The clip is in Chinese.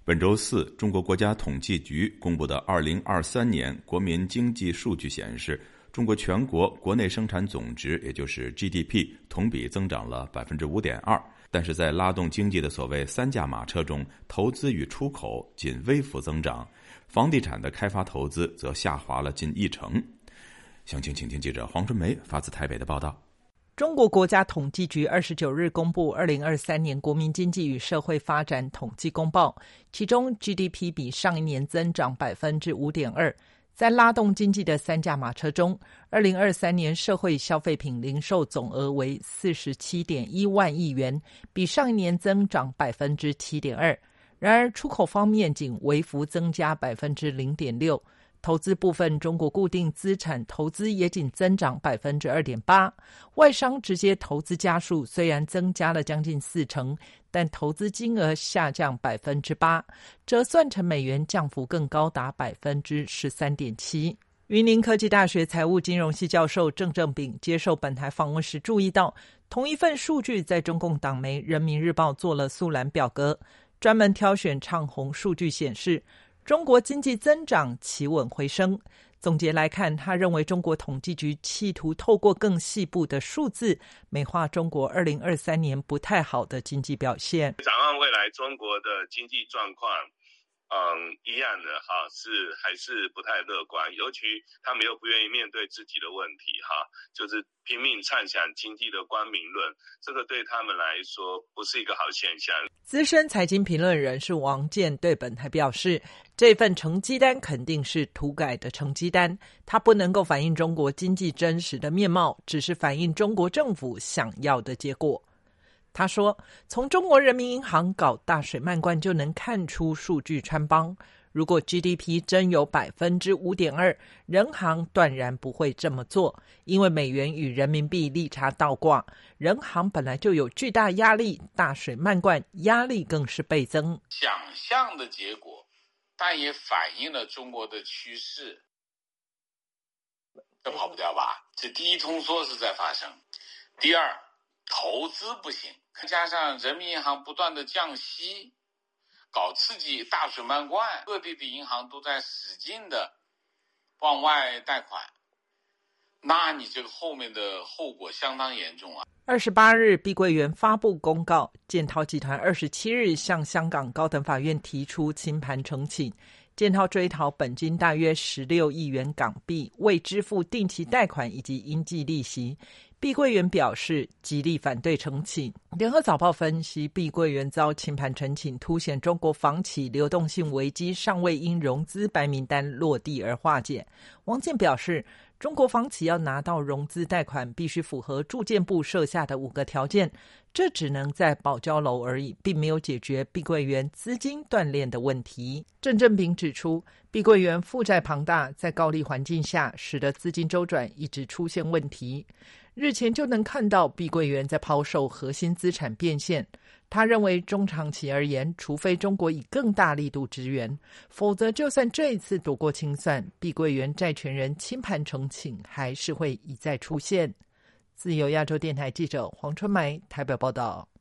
本周四，中国国家统计局公布的2023年国民经济数据显示，中国全国国内生产总值，也就是 GDP 同比增长了 5.2%， 但是在拉动经济的所谓三驾马车中，投资与出口仅微幅增长，房地产的开发投资则下滑了近1%。详情请听记者黄春梅发自台北的报道。 中国国家统计局29日公布2023年国民经济与社会发展统计公报，其中 GDP 比上一年增长 5.2%。在拉动经济的三驾马车中，2023年社会消费品零售总额为 47.1 万亿元，比上一年增长 7.2%。然而出口方面仅微幅增加 0.6%。投资部分，中国固定资产投资也仅增长 2.8%， 外商直接投资家数虽然增加了将近40%，但投资金额下降 8%， 折算成美元降幅更高达 13.7%。云林科技大学财务金融系教授郑正炳接受本台访问时注意到，同一份数据在中共党媒人民日报做了速览表格，专门挑选唱红数据显示中国经济增长企稳回升。总结来看，他认为中国统计局企图透过更细部的数字美化中国2023年不太好的经济表现。 展望未来中国的经济状况一样的还是不太乐观，尤其他们又不愿意面对自己的问题就是拼命畅想经济的光明论，这个对他们来说不是一个好现象。 资深财经评论人士王健对本台表示，这份成绩单肯定是涂改的成绩单，它不能够反映中国经济真实的面貌，只是反映中国政府想要的结果。他说，从中国人民银行搞大水漫灌就能看出数据穿帮，如果 GDP 真有 5.2%， 人行断然不会这么做，因为美元与人民币利差倒挂，人行本来就有巨大压力，大水漫灌压力更是倍增。 想象的结果，但也反映了中国的趋势，这跑不掉吧？这第一通缩是在发生，第二投资不行，加上人民银行不断的降息，搞刺激大水漫灌，各地的银行都在使劲的往外贷款，那你这个后面的后果相当严重啊。 28日，碧桂园发布公告，建滔集团27日向香港高等法院提出清盘呈请，建滔追讨本金大约16亿元港币，未支付定期贷款以及应计利息。碧桂园表示极力反对呈请。联合早报分析，碧桂园遭清盘呈请，凸显中国房企流动性危机尚未因融资白名单落地而化解。王健表示，中国房企要拿到融资贷款，必须符合住建部设下的5个条件，这只能在保交楼而已，并没有解决碧桂园资金断裂的问题。郑正炳指出，碧桂园负债庞大，在高利环境下，使得资金周转一直出现问题。日前就能看到碧桂园在抛售核心资产变现。他认为中长期而言，除非中国以更大力度支援，否则就算这一次躲过清算，碧桂园债权人清盘呈请还是会一再出现。自由亚洲电台记者黄春梅台北报道。